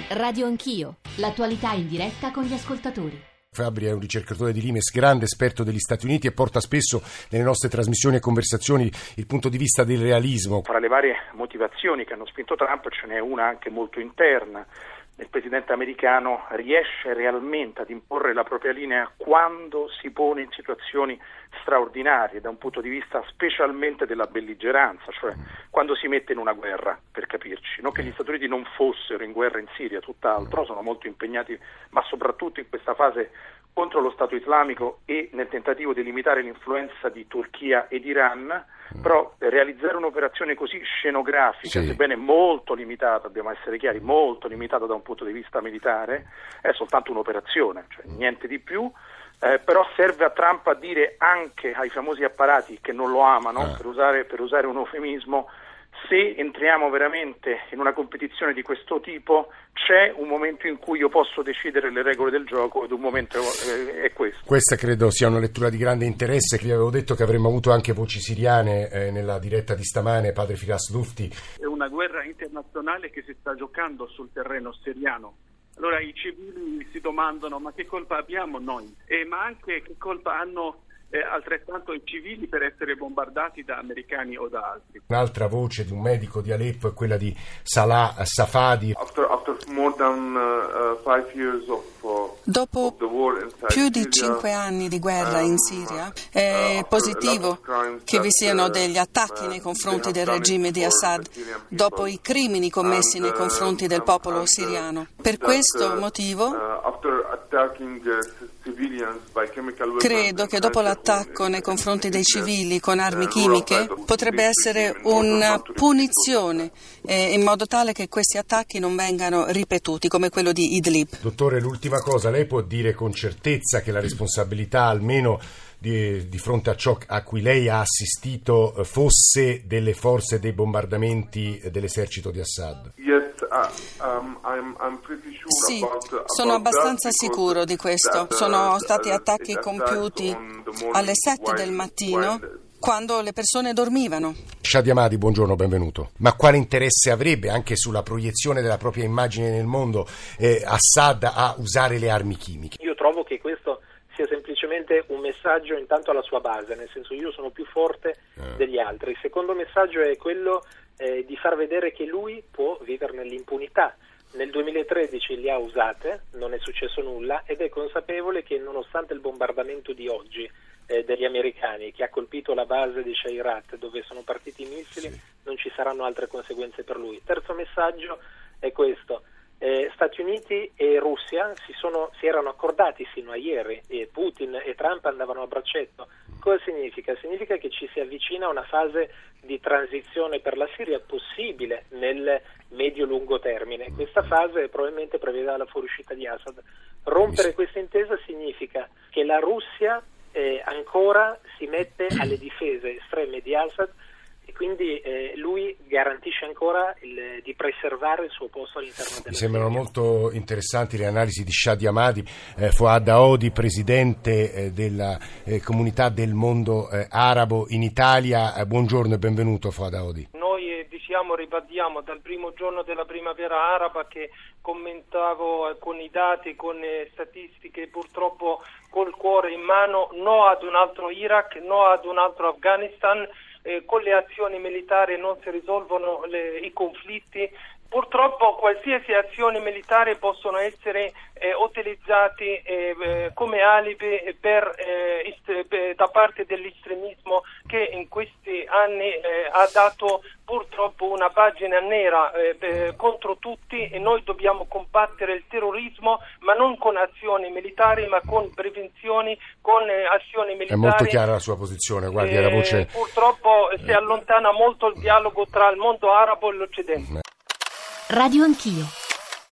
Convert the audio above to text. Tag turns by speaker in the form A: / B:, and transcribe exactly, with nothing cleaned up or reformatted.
A: Radio Anch'io, l'attualità in diretta con gli ascoltatori.
B: Fabri è un ricercatore di Limes, grande esperto degli Stati Uniti e porta spesso nelle nostre trasmissioni e conversazioni il punto di vista del realismo.
C: Fra le varie motivazioni che hanno spinto Trump ce n'è una anche molto interna. Il presidente americano riesce realmente ad imporre la propria linea quando si pone in situazioni straordinarie da un punto di vista specialmente della belligeranza, cioè quando si mette in una guerra, per capirci. Non che gli Stati Uniti non fossero in guerra in Siria, tutt'altro, sono molto impegnati, ma soprattutto in questa fase contro lo Stato islamico e nel tentativo di limitare l'influenza di Turchia ed Iran, però realizzare un'operazione così scenografica, sì, sebbene molto limitata, dobbiamo essere chiari, molto limitata da un punto di vista militare, è soltanto un'operazione, cioè niente di più, eh, però serve a Trump a dire anche ai famosi apparati che non lo amano, ah. per usare, per usare un eufemismo, se entriamo veramente in una competizione di questo tipo c'è un momento in cui io posso decidere le regole del gioco ed un momento eh, è questo.
B: Questa credo sia una lettura di grande interesse. Vi avevo detto che avremmo avuto anche voci siriane eh, nella diretta di stamane, padre Firas Lufti.
D: È una guerra internazionale che si sta giocando sul terreno siriano. Allora i civili si domandano ma che colpa abbiamo noi? Eh, ma anche che colpa hanno Eh, altrettanto i civili per essere bombardati da americani o da altri.
B: Un'altra voce di un medico di Aleppo è quella di Salah Safadi.
E: After, after more than, uh, five years of, uh,
F: Dopo più di cinque anni di guerra in Siria, è positivo che vi siano degli attacchi nei confronti del regime di Assad, dopo i crimini commessi nei confronti del popolo siriano. Per questo motivo credo che dopo l'attacco nei confronti dei civili con armi chimiche potrebbe essere una punizione eh, in modo tale che questi attacchi non vengano ripetuti come quello di Idlib.
B: Dottore, l'ultima cosa, lei può dire con certezza che la responsabilità almeno di, di fronte a ciò a cui lei ha assistito fosse delle forze dei bombardamenti dell'esercito di Assad?
F: Sì, sono abbastanza sicuro di questo. Sono stati attacchi compiuti alle sette del mattino, quando le persone dormivano.
B: Shadi Hamadi, buongiorno, benvenuto. Ma quale interesse avrebbe anche sulla proiezione della propria immagine nel mondo eh, Assad a usare le armi chimiche?
G: Io trovo che questo sia semplicemente un messaggio intanto alla sua base, nel senso io sono più forte eh. degli altri. Il secondo messaggio è quello eh, di far vedere che lui può vivere nell'impunità. Nel duemilatredici li ha usate, non è successo nulla ed è consapevole che nonostante il bombardamento di oggi eh, degli americani che ha colpito la base di Shayrat dove sono partiti i missili, sì, non ci saranno altre conseguenze per lui. Terzo messaggio è questo. Eh, Stati Uniti e Russia si, sono, si erano accordati fino a ieri e Putin e Trump andavano a braccetto. Cosa significa? Significa che ci si avvicina a una fase di transizione per la Siria possibile nel medio-lungo termine. Questa fase probabilmente prevede la fuoriuscita di Assad. Rompere questa intesa significa che la Russia eh, ancora si mette alle difese estreme di Assad e quindi eh, lui garantisce ancora il, di preservare il suo posto all'interno della
B: Mi sembrano
G: Siria.
B: Molto interessanti le analisi di Shadi Hamadi, eh, Fouad Aodi, presidente eh, della eh, comunità del mondo eh, arabo in Italia. Eh, buongiorno e benvenuto Fouad Aodi.
H: Noi eh, diciamo, ribadiamo dal primo giorno della primavera araba che commentavo eh, con i dati, con eh, statistiche, purtroppo col cuore in mano, no ad un altro Iraq, no ad un altro Afghanistan. Eh, con le azioni militari non si risolvono le, i conflitti. Purtroppo qualsiasi azioni militari possono essere eh, utilizzati eh, eh, come alibi per, eh, ist- per, da parte dell'estremismo che in questi anni eh, ha dato purtroppo una pagina nera eh, eh, contro tutti e noi dobbiamo combattere il terrorismo ma non con azioni militari ma con prevenzioni, con eh, azioni militari.
B: È molto chiara la sua posizione, guardi,
H: eh,
B: la voce...
H: Purtroppo si allontana molto il dialogo tra il mondo arabo e l'Occidente.
A: Radio Anch'io.